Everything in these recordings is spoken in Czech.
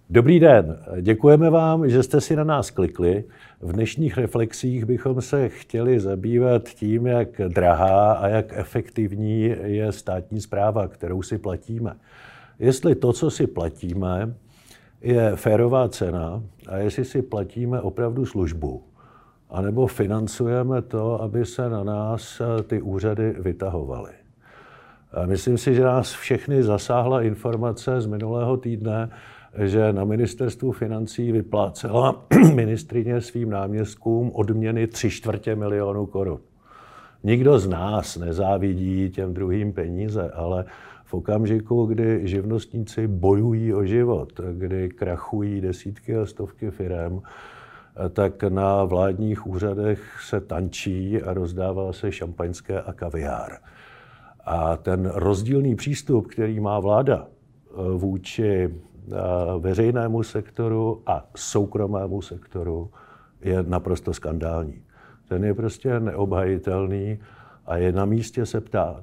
Dobrý den, děkujeme vám, že jste si na nás klikli. V dnešních reflexích bychom se chtěli zabývat tím, jak drahá a jak efektivní je státní správa, kterou si platíme. Jestli to, co si platíme, je férová cena a jestli si platíme opravdu službu, anebo financujeme to, aby se na nás ty úřady vytahovaly. Myslím si, že nás všechny zasáhla informace z minulého týdne, že na ministerstvu financí vyplácela ministryně svým náměstkům odměny 3/4 milionu korun. Nikdo z nás nezávidí těm druhým peníze, ale v okamžiku, kdy živnostníci bojují o život, kdy krachují desítky a stovky firem, tak na vládních úřadech se tančí a rozdává se šampaňské a kaviár. A ten rozdílný přístup, který má vláda vůči veřejnému sektoru a soukromému sektoru, je naprosto skandální. Ten je prostě neobhajitelný a je na místě se ptát,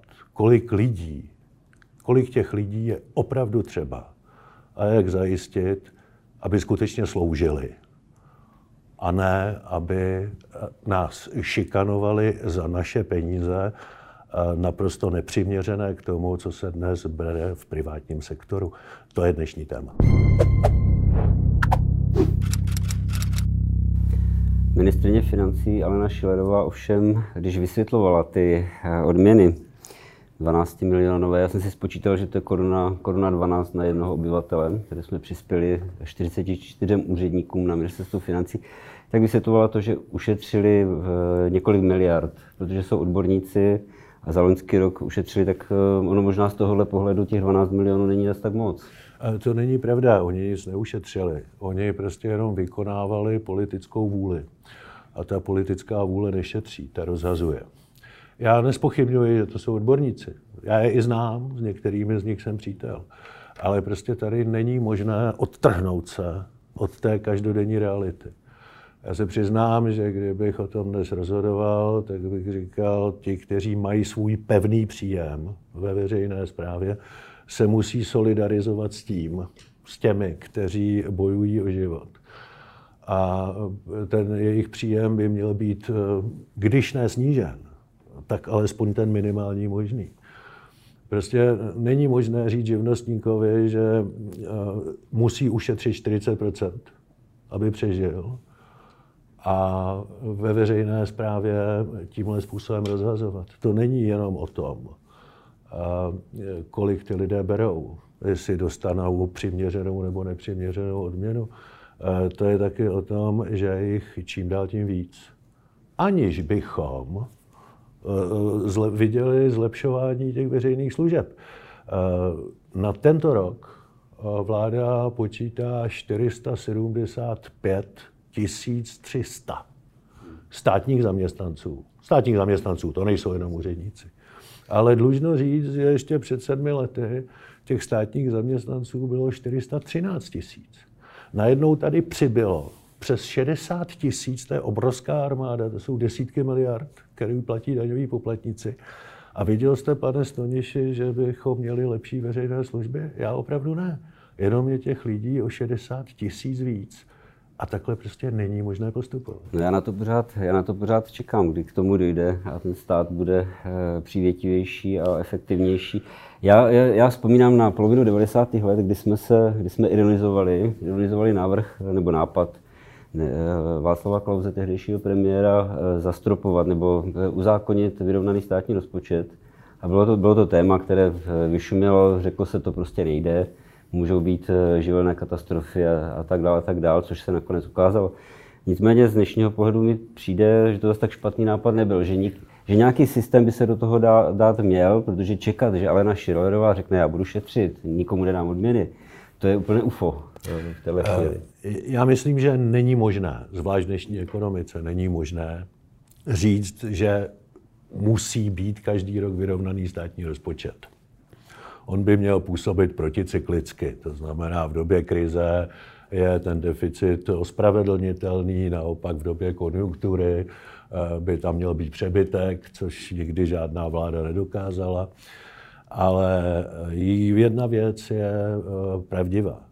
kolik těch lidí je opravdu třeba a jak zajistit, aby skutečně sloužili a ne, aby nás šikanovali za naše peníze, naprosto nepřiměřené k tomu, co se dnes bere v privátním sektoru. To je dnešní téma. Ministryně financí Alena Schillerová ovšem, když vysvětlovala ty odměny 12 milionové, já jsem si spočítal, že to je koruna 12 na jednoho obyvatele, které jsme přispěli 44 úředníkům na ministerstvu financí, tak vysvětlovala to, že ušetřili několik miliard, protože jsou odborníci a za loňský rok ušetřili, tak ono možná z tohohle pohledu těch 12 milionů není zas tak moc. To není pravda, oni nic neušetřili. Oni prostě jenom vykonávali politickou vůli. A ta politická vůle nešetří, ta rozhazuje. Já nezpochybňuji, že to jsou odborníci. Já je i znám, s některými z nich jsem přítel. Ale prostě tady není možné odtrhnout se od té každodenní reality. Já se přiznám, že kdybych o tom dnes rozhodoval, tak bych říkal, ti, kteří mají svůj pevný příjem ve veřejné správě, se musí solidarizovat s těmi, kteří bojují o život. A ten jejich příjem by měl být, když ne snížen, tak alespoň ten minimální možný. Prostě není možné říct živnostníkovi, že musí ušetřit 40%, aby přežil, a ve veřejné správě tímhle způsobem rozhazovat. To není jenom o tom, kolik ty lidé berou, jestli dostanou přiměřenou nebo nepřiměřenou odměnu. To je taky o tom, že jich čím dál tím víc. Aniž bychom viděli zlepšování těch veřejných služeb. Na tento rok vláda počítá 475 300 státních zaměstnanců. Státních zaměstnanců, to nejsou jenom úředníci. Ale dlužno říct, že ještě před 7 lety těch státních zaměstnanců bylo 413 000. Najednou tady přibylo přes 60 000, to je obrovská armáda, to jsou desítky miliard, které platí daňoví poplatníci. A viděl jste, pane Stoniši, že bychom měli lepší veřejné služby? Já opravdu ne. Jenom je těch lidí o 60 000 víc. A takhle prostě není možné postupovat. No já na to pořád čekám, kdy k tomu dojde a ten stát bude přívětivější a efektivnější. Já vzpomínám na polovinu 90. let, kdy jsme ironizovali návrh nebo nápad Václava Klause, tehdejšího premiéra, zastropovat nebo uzákonit vyrovnaný státní rozpočet. A bylo to téma, které vyšumělo, řeklo se, to prostě nejde. Můžou být živelné katastrofy a tak dále, což se nakonec ukázalo. Nicméně z dnešního pohledu mi přijde, že to zase tak špatný nápad nebyl, že nějaký systém by se do toho dát měl, protože čekat, že Alena Schillerová řekne, já budu šetřit, nikomu nedám odměny, to je úplně UFO v téhle chvíli. Já myslím, že není možné, zvlášť v dnešní ekonomice, není možné říct, že musí být každý rok vyrovnaný státní rozpočet. On by měl působit proticyklicky, to znamená v době krize je ten deficit ospravedlnitelný, naopak v době konjunktury by tam měl být přebytek, což nikdy žádná vláda nedokázala. Ale jedna věc je pravdivá.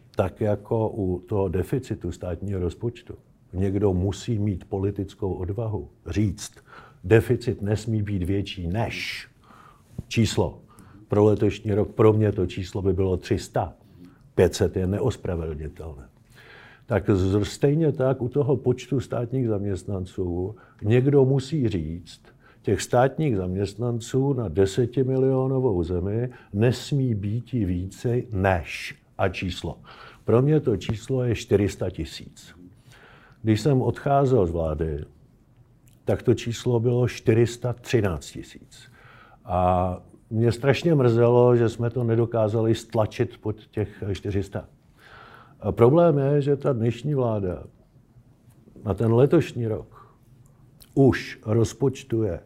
tak jako u toho deficitu státního rozpočtu někdo musí mít politickou odvahu říct, deficit nesmí být větší než číslo. Pro letošní rok pro mě to číslo by bylo 300. 500 je neospravedlnitelné. Tak stejně tak u toho počtu státních zaměstnanců někdo musí říct, těch státních zaměstnanců na 10milionovou zemi nesmí být více než a číslo. Pro mě to číslo je 400 000. Když jsem odcházel z vlády, tak to číslo bylo 413 000. A mě strašně mrzelo, že jsme to nedokázali stlačit pod těch 400. A problém je, že ta dnešní vláda na ten letošní rok už rozpočtuje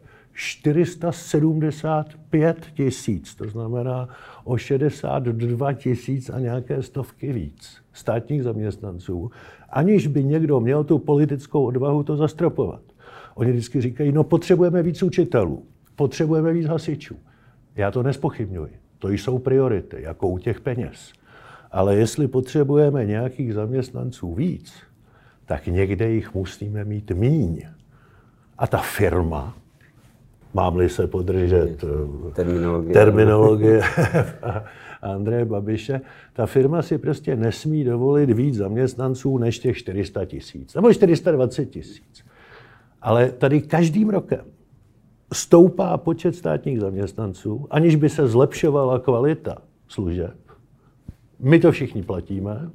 475 000, to znamená o 62 000 a nějaké stovky víc státních zaměstnanců, aniž by někdo měl tu politickou odvahu to zastropovat. Oni vždycky říkají, no potřebujeme víc učitelů, potřebujeme víc hasičů. Já to nespochybňuji. To jsou priority, jako u těch peněz. Ale jestli potřebujeme nějakých zaměstnanců víc, tak někde jich musíme mít míň. A ta firma, mám-li se podržet terminologie Andreje Babiše, ta firma si prostě nesmí dovolit víc zaměstnanců než těch 400 000, nebo 420 000. Ale tady každým rokem stoupá počet státních zaměstnanců, aniž by se zlepšovala kvalita služeb. My to všichni platíme,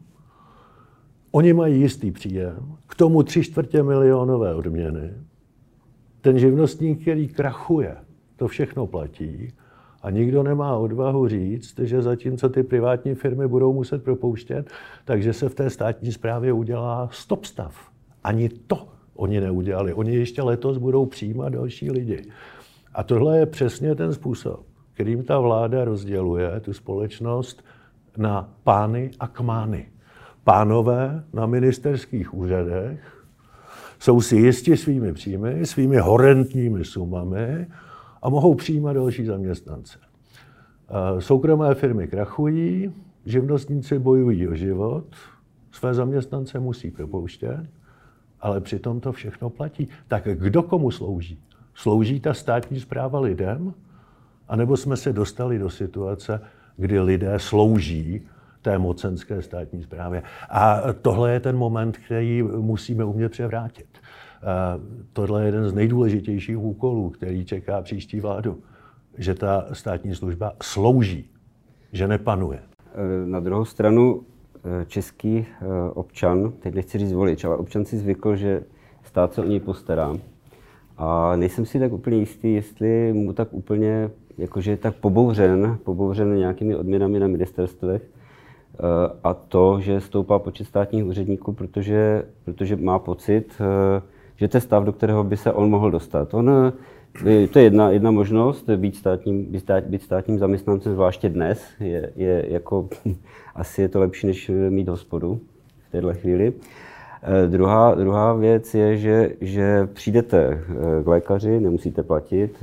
oni mají jistý příjem, k tomu 3/4 milionové odměny. Ten živnostník, který krachuje, to všechno platí a nikdo nemá odvahu říct, že zatímco ty privátní firmy budou muset propouštět, takže se v té státní správě udělá stop stav. Ani to oni neudělali. Oni ještě letos budou přijímat další lidi. A tohle je přesně ten způsob, kterým ta vláda rozděluje tu společnost na pány a kmány. Pánové na ministerských úřadech jsou si jisti svými příjmy, svými horentními sumami a mohou přijímat další zaměstnance. Soukromé firmy krachují, živnostníci bojují o život, své zaměstnance musí propouštět, ale přitom to všechno platí. Tak kdo komu slouží? Slouží ta státní správa lidem? A nebo jsme se dostali do situace, kdy lidé slouží té mocenské státní správě. A tohle je ten moment, který musíme umět převrátit. Tohle je jeden z nejdůležitějších úkolů, který čeká příští vládu. Že ta státní služba slouží, že nepanuje. Na druhou stranu český občan, teď nechci říct volič, ale občan si zvykl, že stát se o něj postará. A nejsem si tak úplně jistý, jestli mu tak úplně, jakože je tak pobouřen nějakými odměnami na ministerstvech a to, že stoupá počet státních úředníků, protože má pocit, že to je stav, do kterého by se on mohl dostat. To je jedna možnost, být státním zaměstnancem, zvláště dnes, je jako, asi je to lepší, než mít hospodu v této chvíli. Druhá věc je, že přijdete k lékaři, nemusíte platit,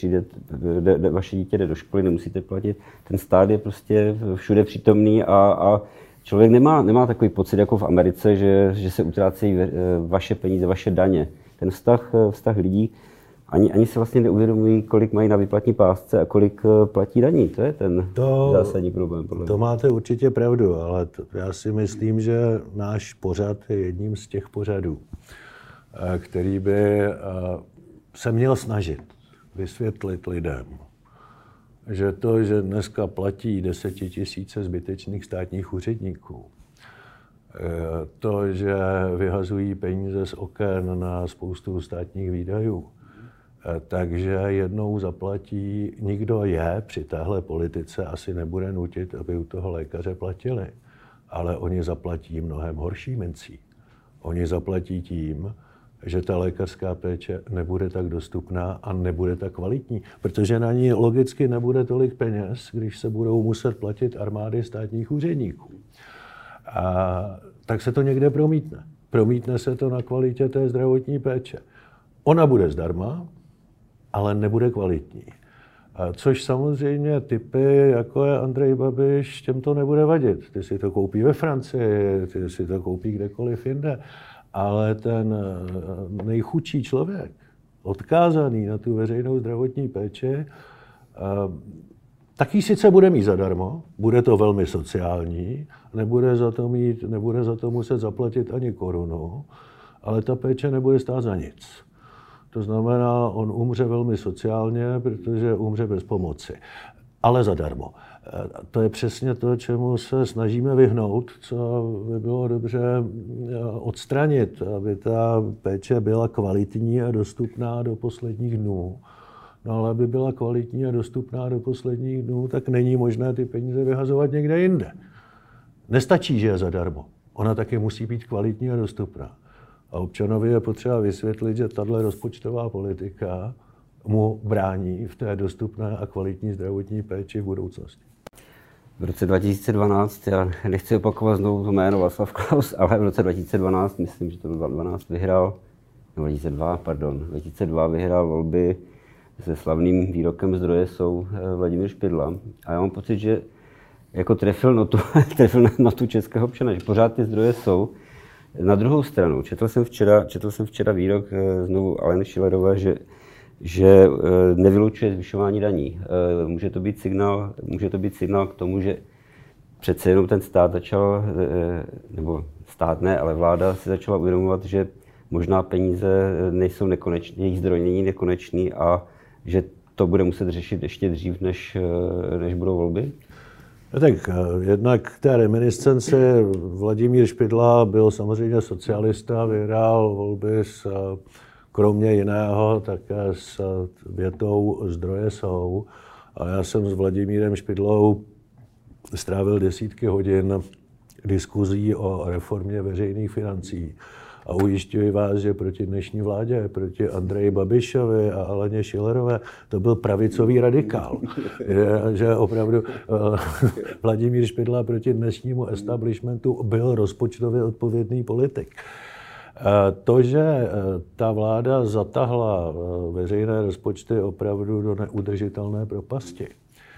vaše dítě jde do školy, nemusíte platit. Ten stát je prostě všude přítomný a člověk nemá takový pocit jako v Americe, že se utrácejí vaše peníze, vaše daně. Ten vztah lidí, ani se vlastně neuvědomují, kolik mají na výplatní pásce a kolik platí daní. To je ten zásadní problém. To máte určitě pravdu, ale já si myslím, že náš pořad je jedním z těch pořadů, který by se měl snažit vysvětlit lidem, že to, že dneska platí 10 000 zbytečných státních úředníků, to, že vyhazují peníze z oken na spoustu státních výdajů, takže jednou zaplatí, nikdo je při téhle politice asi nebude nutit, aby u toho lékaře platili, ale oni zaplatí mnohem horší mincí. Oni zaplatí tím, že ta lékařská péče nebude tak dostupná a nebude tak kvalitní, protože na ní logicky nebude tolik peněz, když se budou muset platit armády státních úředníků. A tak se to někde promítne. Promítne se to na kvalitě té zdravotní péče. Ona bude zdarma, ale nebude kvalitní. Což samozřejmě typy, jako je Andrej Babiš, těm to nebude vadit. Ty si to koupí ve Francii, ty si to koupí kdekoliv jinde. Ale ten nejchudší člověk, odkázaný na tu veřejnou zdravotní péči, taky sice bude mít zadarmo, bude to velmi sociální, nebude za to muset zaplatit ani korunu, ale ta péče nebude stát za nic. To znamená, on umře velmi sociálně, protože umře bez pomoci, ale zadarmo. To je přesně to, čemu se snažíme vyhnout, co by bylo dobře odstranit, aby ta péče byla kvalitní a dostupná do posledních dnů. No ale aby byla kvalitní a dostupná do posledních dnů, tak není možné ty peníze vyhazovat někde jinde. Nestačí, že je zadarmo. Ona taky musí být kvalitní a dostupná. A občanovi je potřeba vysvětlit, že tato rozpočtová politika mu brání v té dostupné a kvalitní zdravotní péči v budoucnosti. V roce 2012, já nechci opakovat znovu to jméno Václav Klaus, ale v roce 2012, myslím, že to byl 2002 vyhrál volby se slavným výrokem zdroje jsou Vladimír Špidla. A já mám pocit, že jako trefil notu českého občana, že pořád ty zdroje jsou. Na druhou stranu, četl jsem včera výrok znovu Aleny Schillerové, že nevylučuje zvyšování daní. Může to být signál k tomu, že přece jenom ten stát začal, nebo stát ne, ale vláda si začala uvědomovat, že možná peníze nejsou nekonečné, jejich zdroj není nekonečný a že to bude muset řešit ještě dřív, než budou volby? Tak jednak k té reminiscenci Vladimír Špidla byl samozřejmě socialista, vyhrál volby kromě jiného také s větou zdroje jsou. A já jsem s Vladimírem Špidlou strávil desítky hodin diskuzí o reformě veřejných financí. A ujišťuji vás, že proti dnešní vládě, proti Andreji Babišovi a Aleně Schillerové, to byl pravicový radikál. Že opravdu Vladimír Špidla proti dnešnímu establishmentu byl rozpočtově odpovědný politik. To, že ta vláda zatahla veřejné rozpočty opravdu do neudržitelné propasti,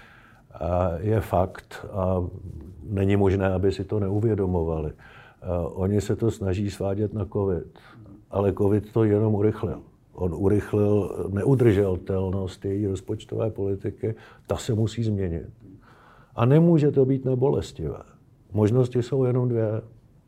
je fakt a není možné, aby si to neuvědomovali. Oni se to snaží svádět na covid, ale covid to jenom urychlil. On urychlil neudržitelnost její rozpočtové politiky, ta se musí změnit. A nemůže to být nebolestivé. Možnosti jsou jenom dvě.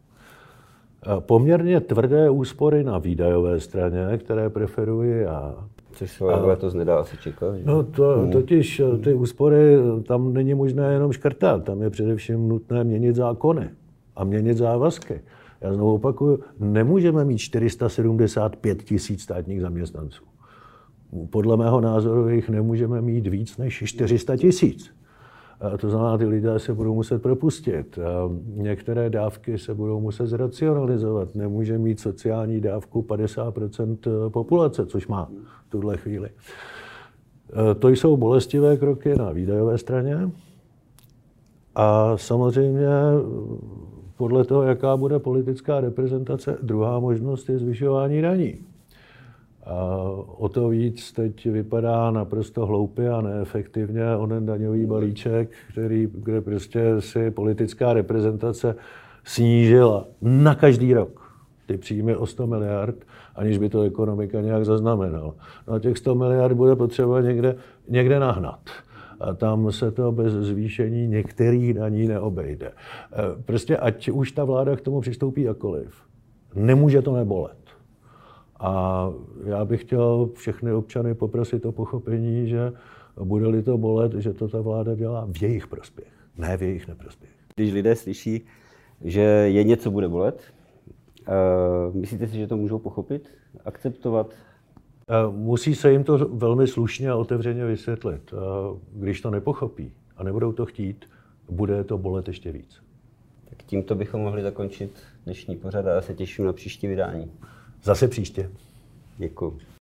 Poměrně tvrdé úspory na výdajové straně, které preferuji já. Což se letos nedá asi čekat. Že? No totiž ty úspory, tam není možné jenom škrtat, tam je především nutné měnit zákony a měnit závazky. Já znovu opakuju, nemůžeme mít 475 000 státních zaměstnanců. Podle mého názoru jich nemůžeme mít víc než 400 000. A to znamená, ty lidé se budou muset propustit. A některé dávky se budou muset zracionalizovat. Nemůže mít sociální dávku 50% populace, což má v tuhle chvíli. To jsou bolestivé kroky na výdajové straně. A samozřejmě podle toho, jaká bude politická reprezentace, druhá možnost je zvyšování daní. A o to víc teď vypadá naprosto hloupě a neefektivně onen daňový balíček, kde prostě si politická reprezentace snížila na každý rok ty příjmy o 100 miliard, aniž by to ekonomika nějak zaznamenala. No a těch 100 miliard bude potřeba někde nahnat. A tam se to bez zvýšení některých daní neobejde. Prostě ať už ta vláda k tomu přistoupí jakkoliv, nemůže to nebolet. A já bych chtěl všechny občany poprosit o pochopení, že bude-li to bolet, že to ta vláda dělá v jejich prospěch, ne v jejich neprospěch. Když lidé slyší, že je něco bude bolet, myslíte si, že to můžou pochopit, akceptovat? Musí se jim to velmi slušně a otevřeně vysvětlit. Když to nepochopí a nebudou to chtít, bude to bolet ještě víc. Tak tímto bychom mohli zakončit dnešní pořad a já se těším na příští vydání. Zase příště. Děkuji.